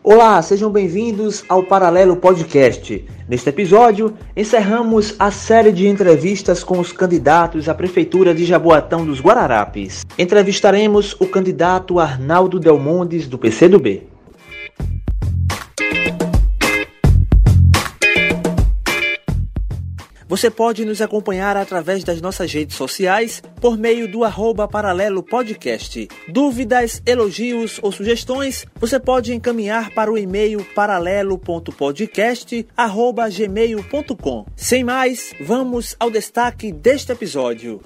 Olá, sejam bem-vindos ao Paralelo Podcast. Neste episódio, encerramos a série de entrevistas com os candidatos à Prefeitura de Jaboatão dos Guararapes. Entrevistaremos o candidato Arnaldo Delmondes, do PCdoB. Você pode nos acompanhar através das nossas redes sociais por meio do @Paralelo Podcast. Dúvidas, elogios ou sugestões, você pode encaminhar para o e-mail paralelo.podcast@gmail.com. Sem mais, vamos ao destaque deste episódio.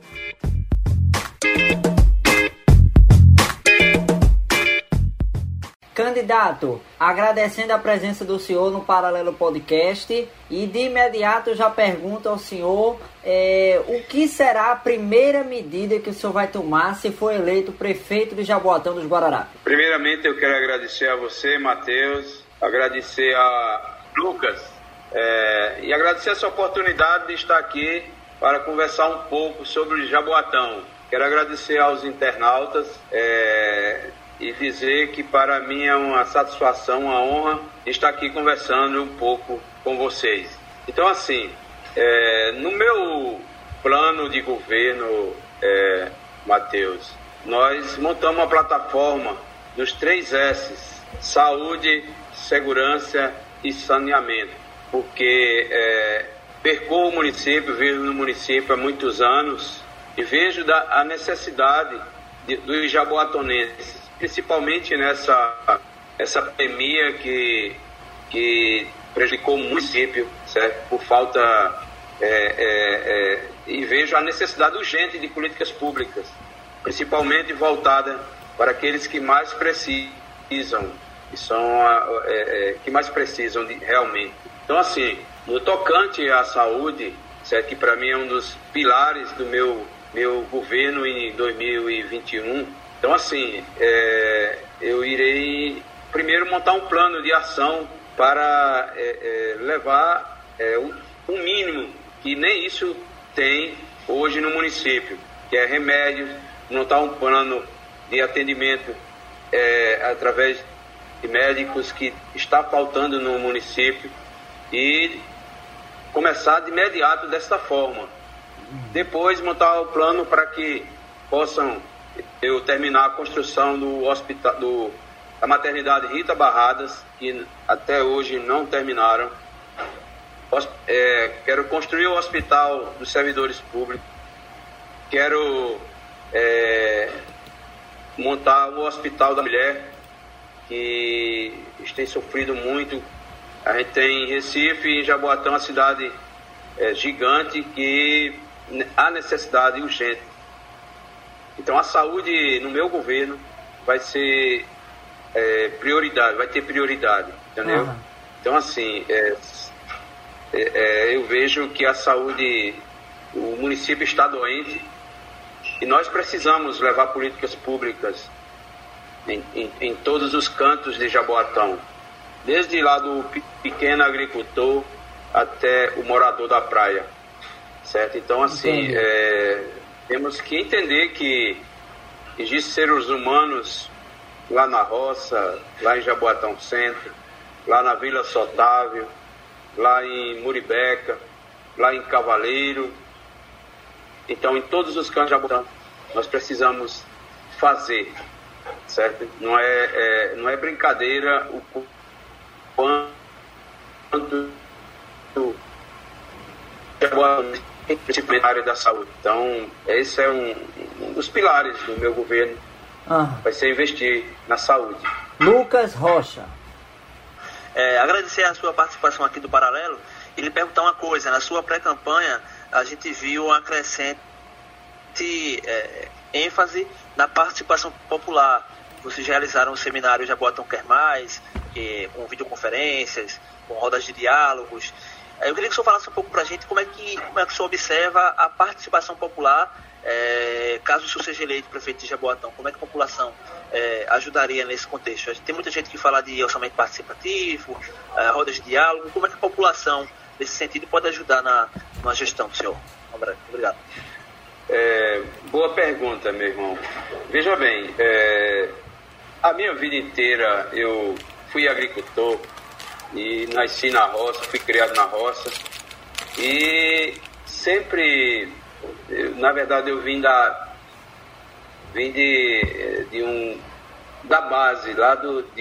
Candidato, agradecendo a presença do senhor no Paralelo Podcast e de imediato já pergunto ao senhor o que será a primeira medida que o senhor vai tomar se for eleito prefeito de Jaboatão dos Guararapes. Primeiramente eu quero agradecer a você, Matheus, agradecer a Lucas e agradecer essa oportunidade de estar aqui para conversar um pouco sobre Jaboatão. Quero agradecer aos internautas e dizer que para mim é uma satisfação, uma honra estar aqui conversando um pouco com vocês. Então, assim, no meu plano de governo, Matheus, nós montamos uma plataforma dos 3 S's: saúde, segurança e saneamento, porque percorro o município, vivo no município há muitos anos e vejo a necessidade dos jaboatonenses, principalmente nessa pandemia que prejudicou o município, certo? Por falta e vejo a necessidade urgente de políticas públicas, principalmente voltada para aqueles que mais precisam, que mais precisam realmente. Então, assim, no tocante à saúde, certo? Que para mim é um dos pilares do meu governo em 2021. Então, assim, eu irei primeiro montar um plano de ação para levar um mínimo, que nem isso tem hoje no município, que é remédios, montar um plano de atendimento através de médicos que está faltando no município e começar de imediato desta forma. Depois montar o plano para que possam eu terminar a construção do hospital, da maternidade Rita Barradas, que até hoje não terminaram. Quero construir o hospital dos servidores públicos. Quero montar o hospital da mulher, que tem sofrido muito. A gente tem em Recife e Jaboatão uma cidade gigante que há necessidade urgente. Então a saúde no meu governo vai ser prioridade, vai ter prioridade, entendeu? Uhum. Então, assim, eu vejo que a saúde, o município está doente e nós precisamos levar políticas públicas em todos os cantos de Jaboatão, desde lá do pequeno agricultor até o morador da praia, certo? Então, assim, temos que entender que existem seres humanos lá na roça, lá em Jaboatão Centro, lá na Vila Sotávio, lá em Muribeca, lá em Cavaleiro. Então, em todos os cantos de Jaboatão, nós precisamos fazer, certo? Não é brincadeira o quanto principalmente na área da saúde. Então, esse é um dos pilares do meu governo, vai ser investir na saúde. Lucas Rocha. Agradecer a sua participação aqui do Paralelo e lhe perguntar uma coisa. Na sua pré-campanha, a gente viu uma crescente ênfase na participação popular. Vocês realizaram um seminário Jaboatão Quer Mais, com videoconferências, com rodas de diálogos. Eu queria que o senhor falasse um pouco para a gente como é que o senhor observa a participação popular, caso o senhor seja eleito prefeito de Jaboatão. Como é que a população ajudaria nesse contexto? A gente tem muita gente que fala de orçamento participativo, rodas de diálogo. Como é que a população, nesse sentido, pode ajudar na gestão do senhor? Obrigado. Boa pergunta, meu irmão. Veja bem, a minha vida inteira eu fui agricultor e nasci na roça, fui criado na roça e sempre, na verdade, eu vim da base, lá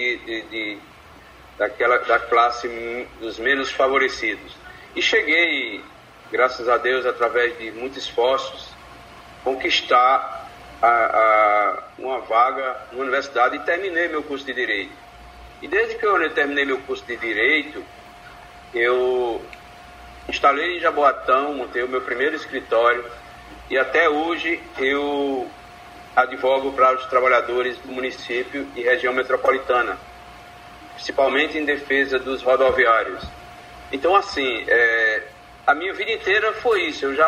da classe dos menos favorecidos. E cheguei, graças a Deus, através de muitos esforços, conquistar uma vaga na universidade e terminei meu curso de Direito. E desde que eu terminei meu curso de Direito, eu instalei em Jaboatão, montei o meu primeiro escritório e até hoje eu advogo para os trabalhadores do município e região metropolitana, principalmente em defesa dos rodoviários. Então, assim, a minha vida inteira foi isso. Eu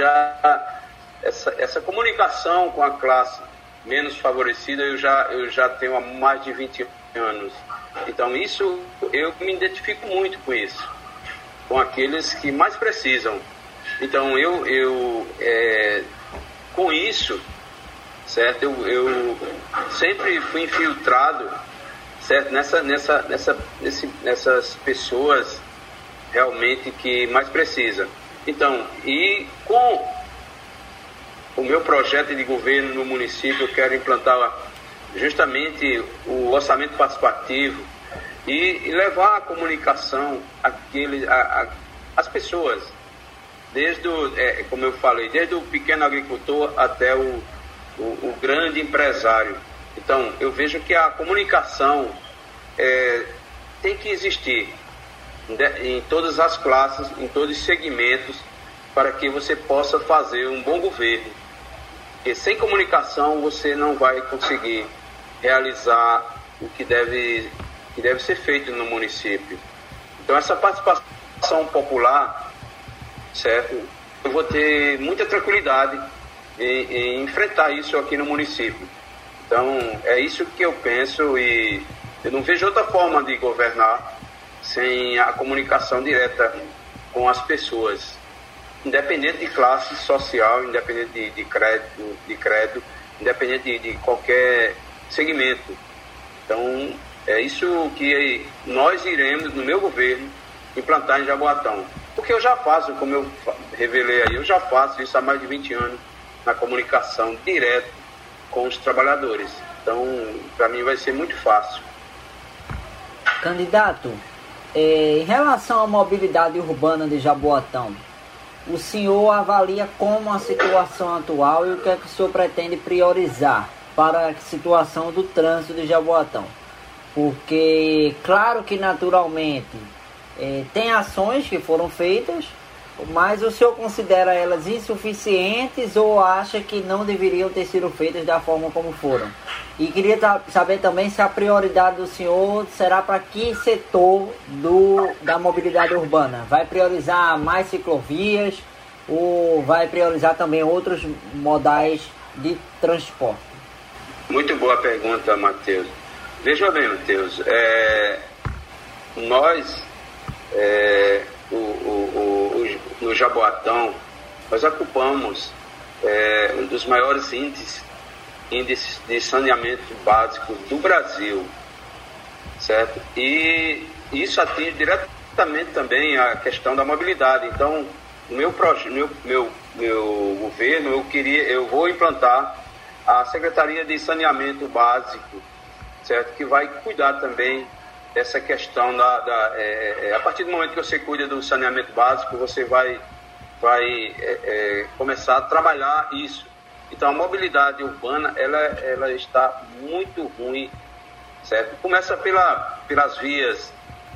essa comunicação com a classe menos favorecida eu já tenho há mais de 20 anos. Então, isso, eu me identifico muito com isso, com aqueles que mais precisam. Então, eu com isso, certo? Eu sempre fui infiltrado, certo? Nessas pessoas realmente que mais precisam. Então, e com o meu projeto de governo no município, eu quero implantar justamente o orçamento participativo e levar a comunicação às pessoas, como eu falei, desde o pequeno agricultor até o grande empresário. Então, eu vejo que a comunicação tem que existir em todas as classes, em todos os segmentos, para que você possa fazer um bom governo. Porque sem comunicação você não vai conseguir realizar o que deve ser feito no município. Então, essa participação popular, certo? Eu vou ter muita tranquilidade em enfrentar isso aqui no município. Então, é isso que eu penso e eu não vejo outra forma de governar sem a comunicação direta com as pessoas, independente de classe social, independente de credo, independente de qualquer segmento. Então, é isso que nós iremos, no meu governo, implantar em Jaboatão. Porque eu já faço, como eu revelei aí, eu já faço isso há mais de 20 anos, na comunicação direta com os trabalhadores. Então, para mim vai ser muito fácil. Candidato, em relação à mobilidade urbana de Jaboatão, o senhor avalia como a situação atual e o que é que o senhor pretende priorizar para a situação do trânsito de Jaboatão? Porque, claro que naturalmente tem ações que foram feitas, mas o senhor considera elas insuficientes ou acha que não deveriam ter sido feitas da forma como foram? E queria saber também se a prioridade do senhor será para que setor da mobilidade urbana? Vai priorizar mais ciclovias ou vai priorizar também outros modais de transporte? Muito boa pergunta, Matheus. Veja bem, Matheus, nós, no Jaboatão, nós ocupamos um dos maiores índices de saneamento básico do Brasil, certo? E isso atinge diretamente também a questão da mobilidade. Então, no meu governo, eu vou implantar a Secretaria de Saneamento Básico, certo? Que vai cuidar também dessa questão a partir do momento que você cuida do saneamento básico, você vai começar a trabalhar isso. Então, a mobilidade urbana, ela está muito ruim, certo? Começa pelas vias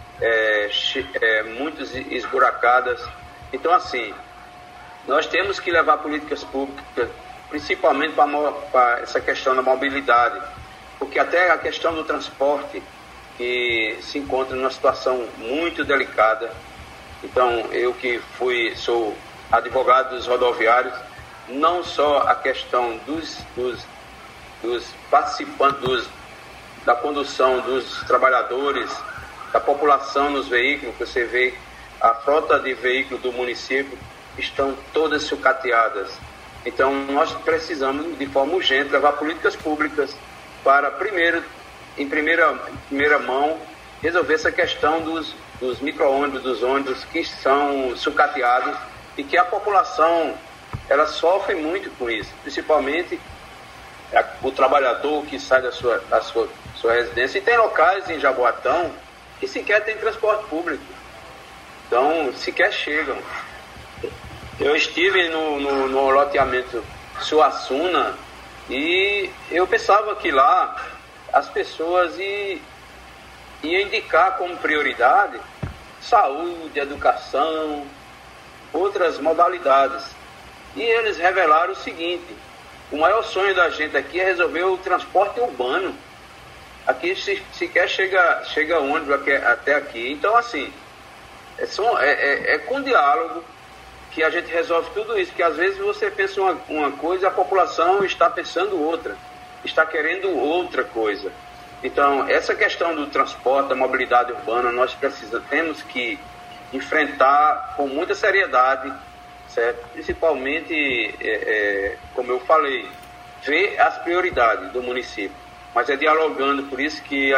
muito esburacadas. Então, assim, nós temos que levar políticas públicas, principalmente para essa questão da mobilidade, porque até a questão do transporte, que se encontra numa situação muito delicada. Então, eu que sou advogado dos rodoviários, não só a questão dos participantes, da condução dos trabalhadores, da população nos veículos, que você vê a frota de veículos do município estão todas sucateadas. Então, nós precisamos, de forma urgente, levar políticas públicas para, em primeira mão, resolver essa questão dos micro-ônibus, dos ônibus que são sucateados e que a população ela sofre muito com isso, principalmente o trabalhador que sai da sua residência. E tem locais em Jaboatão que sequer tem transporte público, então sequer chegam. Eu estive no loteamento Suassuna e eu pensava que lá as pessoas iam indicar como prioridade saúde, educação, outras modalidades. E eles revelaram o seguinte: o maior sonho da gente aqui é resolver o transporte urbano. Aqui sequer chega ônibus até aqui. Então, assim, é com diálogo que a gente resolve tudo isso. Que às vezes você pensa uma coisa e a população está pensando outra, está querendo outra coisa. Então, essa questão do transporte, da mobilidade urbana, nós temos que enfrentar com muita seriedade, certo? Principalmente, como eu falei, ver as prioridades do município. Mas é dialogando, por isso que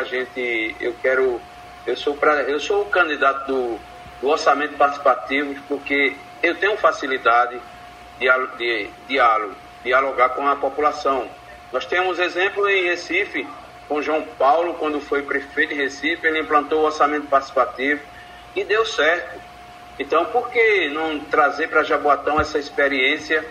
eu sou o candidato do orçamento participativo, porque eu tenho facilidade de dialogar com a população. Nós temos exemplo em Recife, com João Paulo, quando foi prefeito de Recife, ele implantou o orçamento participativo e deu certo. Então, por que não trazer para Jaboatão essa experiência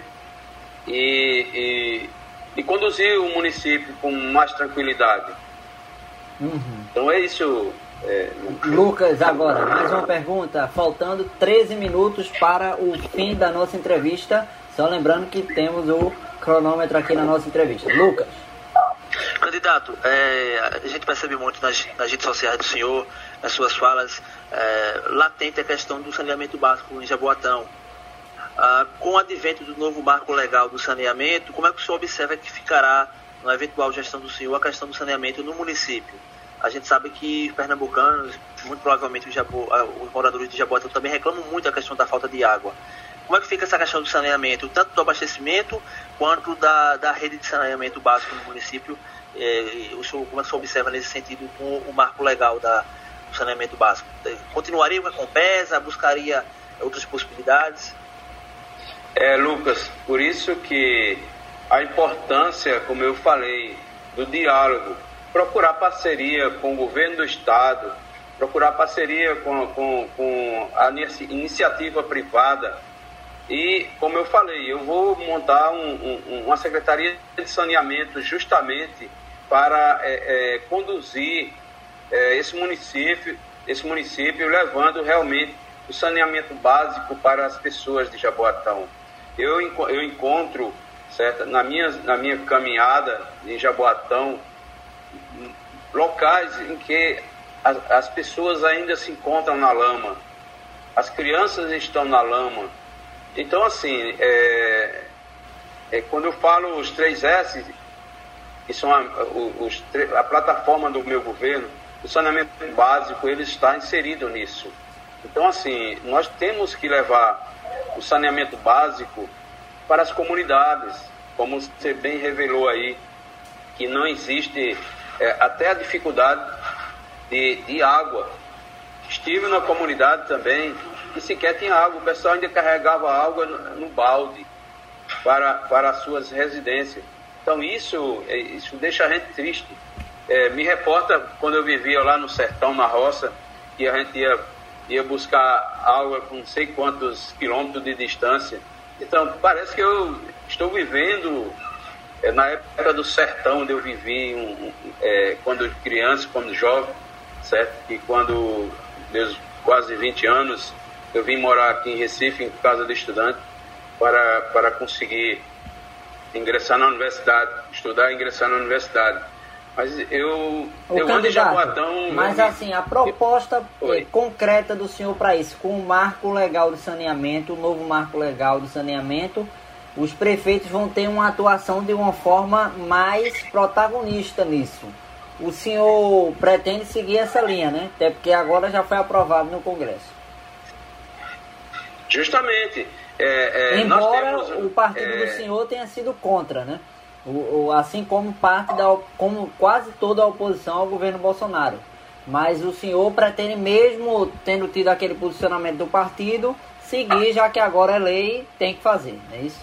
e conduzir o município com mais tranquilidade? Então é isso. Lucas, agora, mais uma pergunta, faltando 13 minutos para o fim da nossa entrevista, só lembrando que temos o cronômetro aqui na nossa entrevista. Lucas. Candidato, a gente percebe muito nas redes sociais do senhor, nas suas falas, latente a questão do saneamento básico em Jaboatão. Com o advento do novo marco legal do saneamento, como é que o senhor observa que ficará, na eventual gestão do senhor, a questão do saneamento no município? A gente sabe que os pernambucanos, muito provavelmente os moradores de Jaboatão também reclamam muito da questão da falta de água. Como é que fica essa questão do saneamento, tanto do abastecimento quanto da rede de saneamento básico no município? Como é que o senhor observa nesse sentido com o marco legal do saneamento básico? Continuaria com a Compesa? Buscaria outras possibilidades? Lucas, por isso que a importância, como eu falei, do diálogo, procurar parceria com o governo do estado, procurar parceria com a iniciativa privada. E, como eu falei, eu vou montar uma secretaria de saneamento justamente para conduzir esse município levando realmente o saneamento básico para as pessoas de Jaboatão. Eu encontro, certo, na minha caminhada em Jaboatão, locais em que as pessoas ainda se encontram na lama, as crianças estão na lama. Então, assim, quando eu falo os 3S, que são a plataforma do meu governo, o saneamento básico, ele está inserido nisso. Então, assim, nós temos que levar o saneamento básico para as comunidades, como você bem revelou aí, que não existe até a dificuldade de água. Estive na comunidade também e sequer tinha água, o pessoal ainda carregava água no balde para as suas residências. Então isso deixa a gente triste. Me reporta quando eu vivia lá no sertão, na roça, que a gente ia buscar água com não sei quantos quilômetros de distância. Então parece que eu estou vivendo na época do sertão, onde eu vivi quando criança, quando jovem, certo? E quando, meus quase 20 anos, eu vim morar aqui em Recife, em casa de estudante, para conseguir ingressar na universidade, estudar e ingressar na universidade. Mas eu ando em Jaboatão... Mas assim, a proposta concreta do senhor para isso, com o marco legal de saneamento, o novo marco legal de saneamento, os prefeitos vão ter uma atuação de uma forma mais protagonista nisso. O senhor pretende seguir essa linha, né? Até porque agora já foi aprovado no Congresso. Justamente. Embora o partido do senhor tenha sido contra, né? Assim como como quase toda a oposição ao governo Bolsonaro. mas o senhor pretende, mesmo tendo tido aquele posicionamento do partido, seguir, já que agora é lei, tem que fazer, não é isso?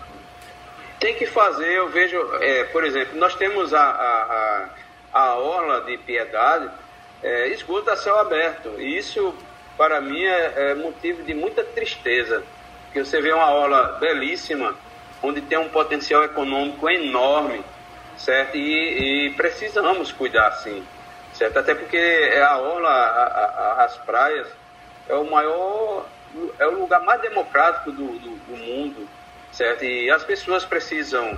Tem que fazer. Eu vejo, por exemplo, nós temos a orla de Piedade, esgoto a céu aberto, e isso para mim é motivo de muita tristeza, porque você vê uma orla belíssima, onde tem um potencial econômico enorme, certo? E precisamos cuidar, sim, certo? Até porque a orla, as praias, é o lugar mais democrático do mundo, certo? E as pessoas precisam,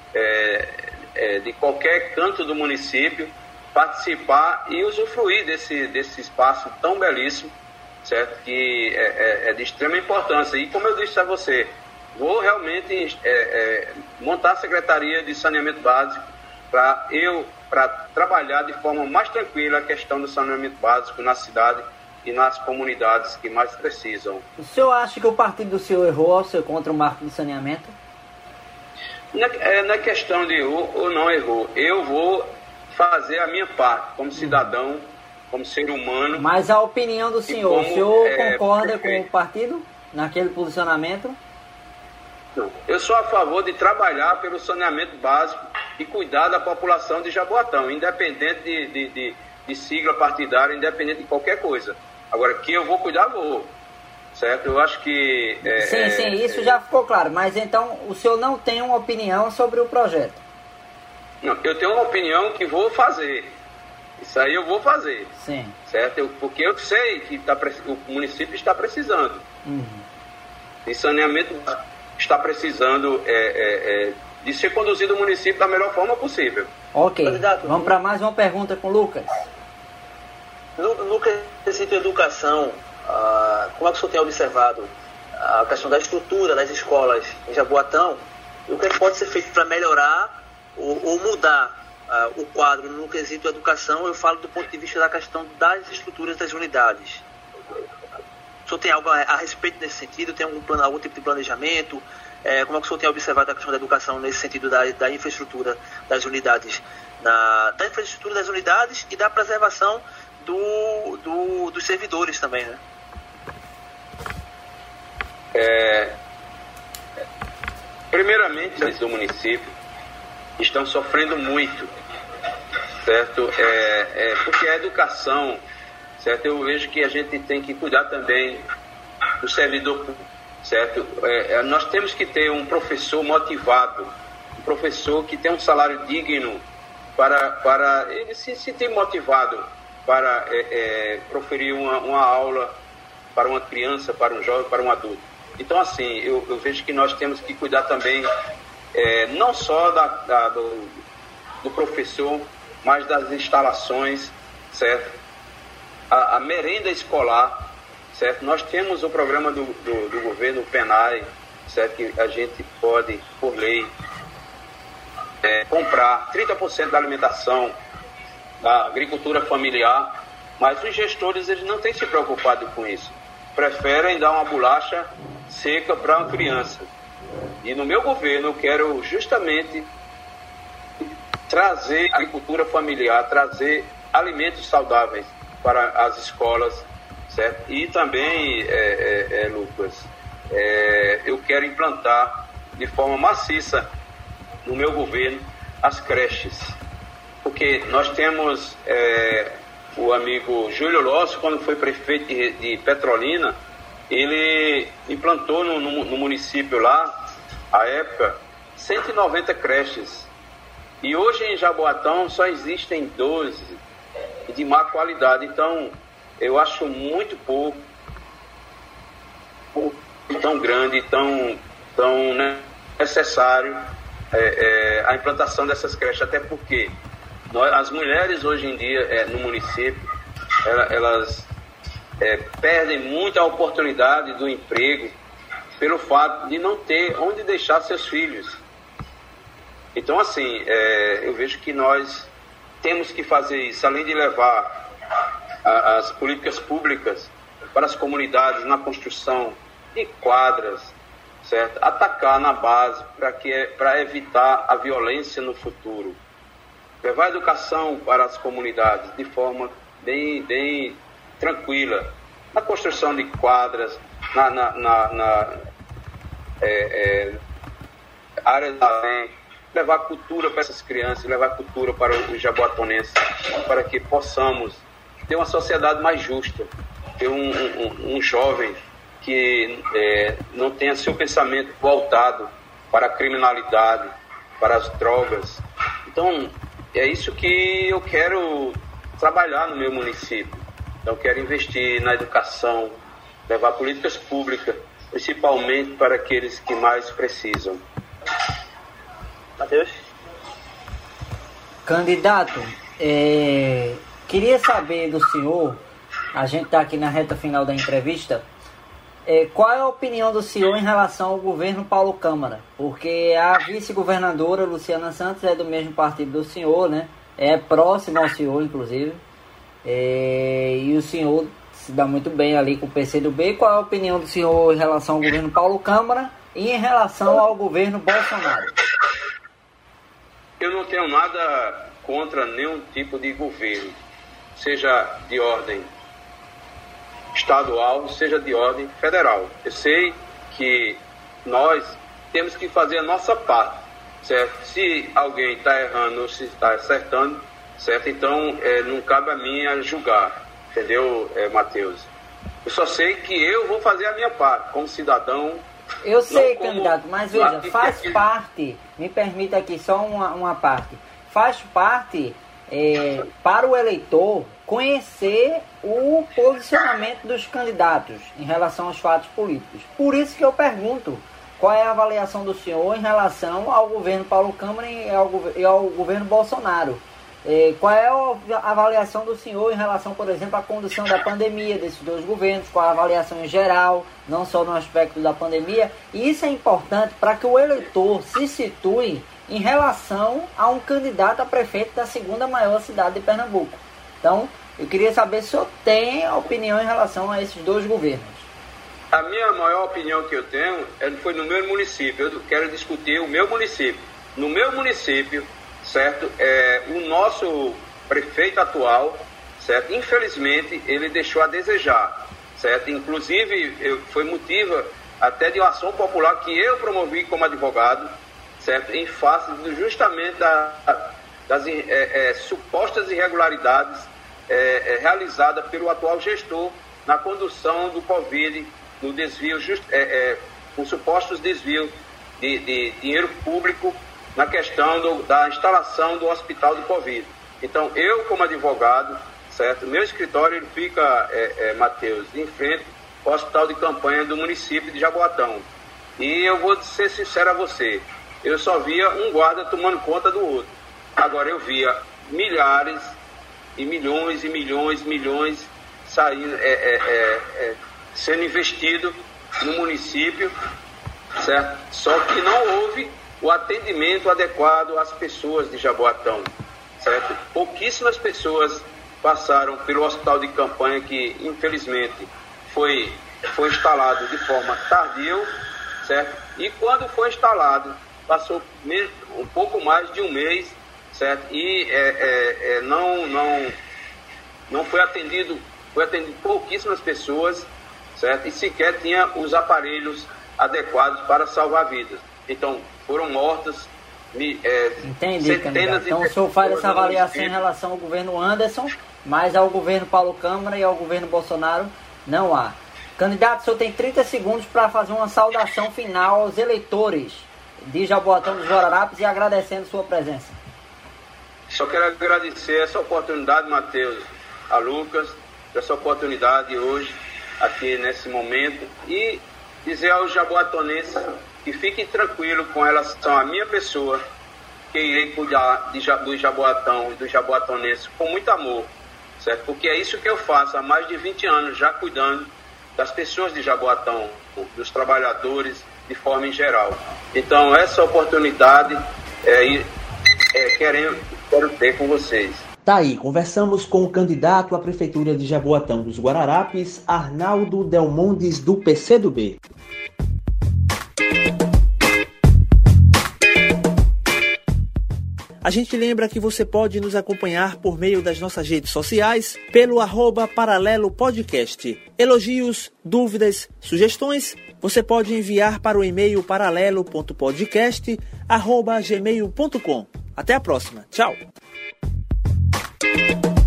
de qualquer canto do município, participar e usufruir desse espaço tão belíssimo, certo? Que é de extrema importância. E como eu disse a você, vou realmente montar a Secretaria de Saneamento Básico para trabalhar de forma mais tranquila a questão do saneamento básico na cidade e nas comunidades que mais precisam. O senhor acha que o partido do senhor errou ao ser contra o marco do saneamento? Não é questão de errou ou não errou. Eu vou fazer a minha parte como cidadão, como ser humano. Mas a opinião do senhor, o senhor concorda com o partido naquele posicionamento? Não. Eu sou a favor de trabalhar pelo saneamento básico e cuidar da população de Jaboatão, independente de sigla partidária, independente de qualquer coisa. Agora, que eu vou cuidar, vou. Certo? Eu acho que... Sim, isso já ficou claro. Mas então, o senhor não tem uma opinião sobre o projeto? Não, eu tenho uma opinião que vou fazer. Isso aí eu vou fazer. Sim. Certo? Porque eu sei que o município está precisando. Uhum. E saneamento está precisando de ser conduzido o município da melhor forma possível. Ok. Vamos para mais uma pergunta com o Lucas. No quesito educação, como é que o senhor tem observado a questão da estrutura das escolas em Jaboatão? E o que pode ser feito para melhorar ou mudar o quadro no quesito educação? Eu falo do ponto de vista da questão das estruturas das unidades. O senhor tem algo a respeito nesse sentido? Tem algum tipo de planejamento? Como é que o senhor tem observado a questão da educação nesse sentido da infraestrutura das unidades? Da infraestrutura das unidades e da preservação dos servidores também, né? Primeiramente, os do município estão sofrendo muito, certo? Porque a educação, certo? Eu vejo que a gente tem que cuidar também do servidor público, certo? Nós temos que ter um professor motivado, um professor que tem um salário digno para ele se sentir motivado para proferir uma aula para uma criança, para um jovem, para um adulto. Então, assim, eu vejo que nós temos que cuidar também não só do professor, mas das instalações, certo? A merenda escolar, certo? Nós temos o programa do governo, o PENAI, certo? Que a gente pode, por lei, comprar 30% da alimentação da agricultura familiar, mas os gestores eles não têm se preocupado com isso. Preferem dar uma bolacha seca para uma criança. E no meu governo eu quero justamente trazer agricultura familiar, trazer alimentos saudáveis para as escolas, certo? E também, Lucas, eu quero implantar de forma maciça no meu governo as creches, porque nós temos o amigo Júlio Lócio, quando foi prefeito de Petrolina, ele implantou no município lá, à época, 190 creches. E hoje em Jaboatão só existem 12 de má qualidade. Então, eu acho muito pouco, tão grande, tão necessário a implantação dessas creches, até porque as mulheres hoje em dia no município, elas perdem muito a oportunidade do emprego pelo fato de não ter onde deixar seus filhos. Então, assim, eu vejo que nós temos que fazer isso, além de levar as políticas públicas para as comunidades na construção de quadras, certo? Atacar na base para evitar a violência no futuro. Levar a educação para as comunidades de forma bem tranquila, na construção de quadras, áreas além, levar cultura para essas crianças, levar cultura para os jaboatonenses, para que possamos ter uma sociedade mais justa, ter um jovem que não tenha seu pensamento voltado para a criminalidade, para as drogas. Então, é isso que eu quero trabalhar no meu município. Então, eu quero investir na educação, levar políticas públicas, principalmente para aqueles que mais precisam. Matheus? Candidato, queria saber do senhor, a gente está aqui na reta final da entrevista, qual é a opinião do senhor em relação ao governo Paulo Câmara? Porque a vice-governadora Luciana Santos é do mesmo partido do senhor, né? É próxima ao senhor, inclusive. E o senhor se dá muito bem ali com o PCdoB. Qual é a opinião do senhor em relação ao governo Paulo Câmara e em relação ao governo Bolsonaro? Eu não tenho nada contra nenhum tipo de governo, seja de ordem estadual, seja de ordem federal. Eu sei que nós temos que fazer a nossa parte, certo? Se alguém está errando ou se está acertando, certo? Então, não cabe a mim julgar, entendeu, Matheus? Eu só sei que eu vou fazer a minha parte, como cidadão. Eu sei, candidato, mas veja, faz parte, me permita aqui só uma parte, faz parte para o eleitor conhecer o posicionamento dos candidatos em relação aos fatos políticos. Por isso que eu pergunto, qual é a avaliação do senhor em relação ao governo Paulo Câmara e ao governo Bolsonaro? Qual é a avaliação do senhor em relação, por exemplo, à condução da pandemia desses dois governos? Qual a avaliação em geral, não só no aspecto da pandemia? E isso é importante para que o eleitor se situe em relação a um candidato a prefeito da segunda maior cidade de Pernambuco. Então, eu queria saber se o senhor tem a opinião em relação a esses dois governos. A minha maior opinião que eu tenho foi no meu município. Eu quero discutir o meu município. No meu município, certo? O nosso prefeito atual, certo? Infelizmente, ele deixou a desejar, certo? Inclusive, foi motivo até de uma ação popular que eu promovi como advogado, certo? Em face justamente das supostas irregularidades realizadas pelo atual gestor na condução do Covid, no desvio, com supostos desvios de dinheiro público na questão da instalação do hospital do Covid. Então, eu como advogado, certo? Meu escritório ele fica, Matheus, em frente ao hospital de campanha do município de Jaboatão. E eu vou ser sincero a você, eu só via um guarda tomando conta do outro. Agora eu via milhares e milhões saindo, sendo investido no município, certo? Só que não houve o atendimento adequado às pessoas de Jaboatão, certo? Pouquíssimas pessoas passaram pelo hospital de campanha que, infelizmente, foi instalado de forma tardia, certo? E quando foi instalado, passou um pouco mais de um mês, certo? E não foi atendido pouquíssimas pessoas, certo? E sequer tinha os aparelhos adequados para salvar vidas. Então, foram mortas Entendi, candidato. Então o senhor faz essa avaliação em relação ao governo Anderson, mas ao governo Paulo Câmara e ao governo Bolsonaro não há. Candidato, o senhor tem 30 segundos para fazer uma saudação final aos eleitores de Jaboatão dos Guararapes e agradecendo sua presença. Só quero agradecer essa oportunidade, Matheus, a Lucas, essa oportunidade hoje, aqui nesse momento, e dizer aos jaboatonenses que fiquem tranquilos com relação à minha pessoa, que irei cuidar do Jaboatão e dos jaboatonenses com muito amor, certo? Porque é isso que eu faço há mais de 20 anos, já cuidando das pessoas de Jaboatão, dos trabalhadores de forma em geral. Então, essa oportunidade quero ter com vocês. Tá aí, conversamos com o candidato à Prefeitura de Jaboatão dos Guararapes, Arnaldo Delmondes, do PCdoB. A gente lembra que você pode nos acompanhar por meio das nossas redes sociais, pelo @Paralelo Podcast. Elogios, dúvidas, sugestões, você pode enviar para o e-mail paralelo.podcast@gmail.com. Até a próxima. Tchau!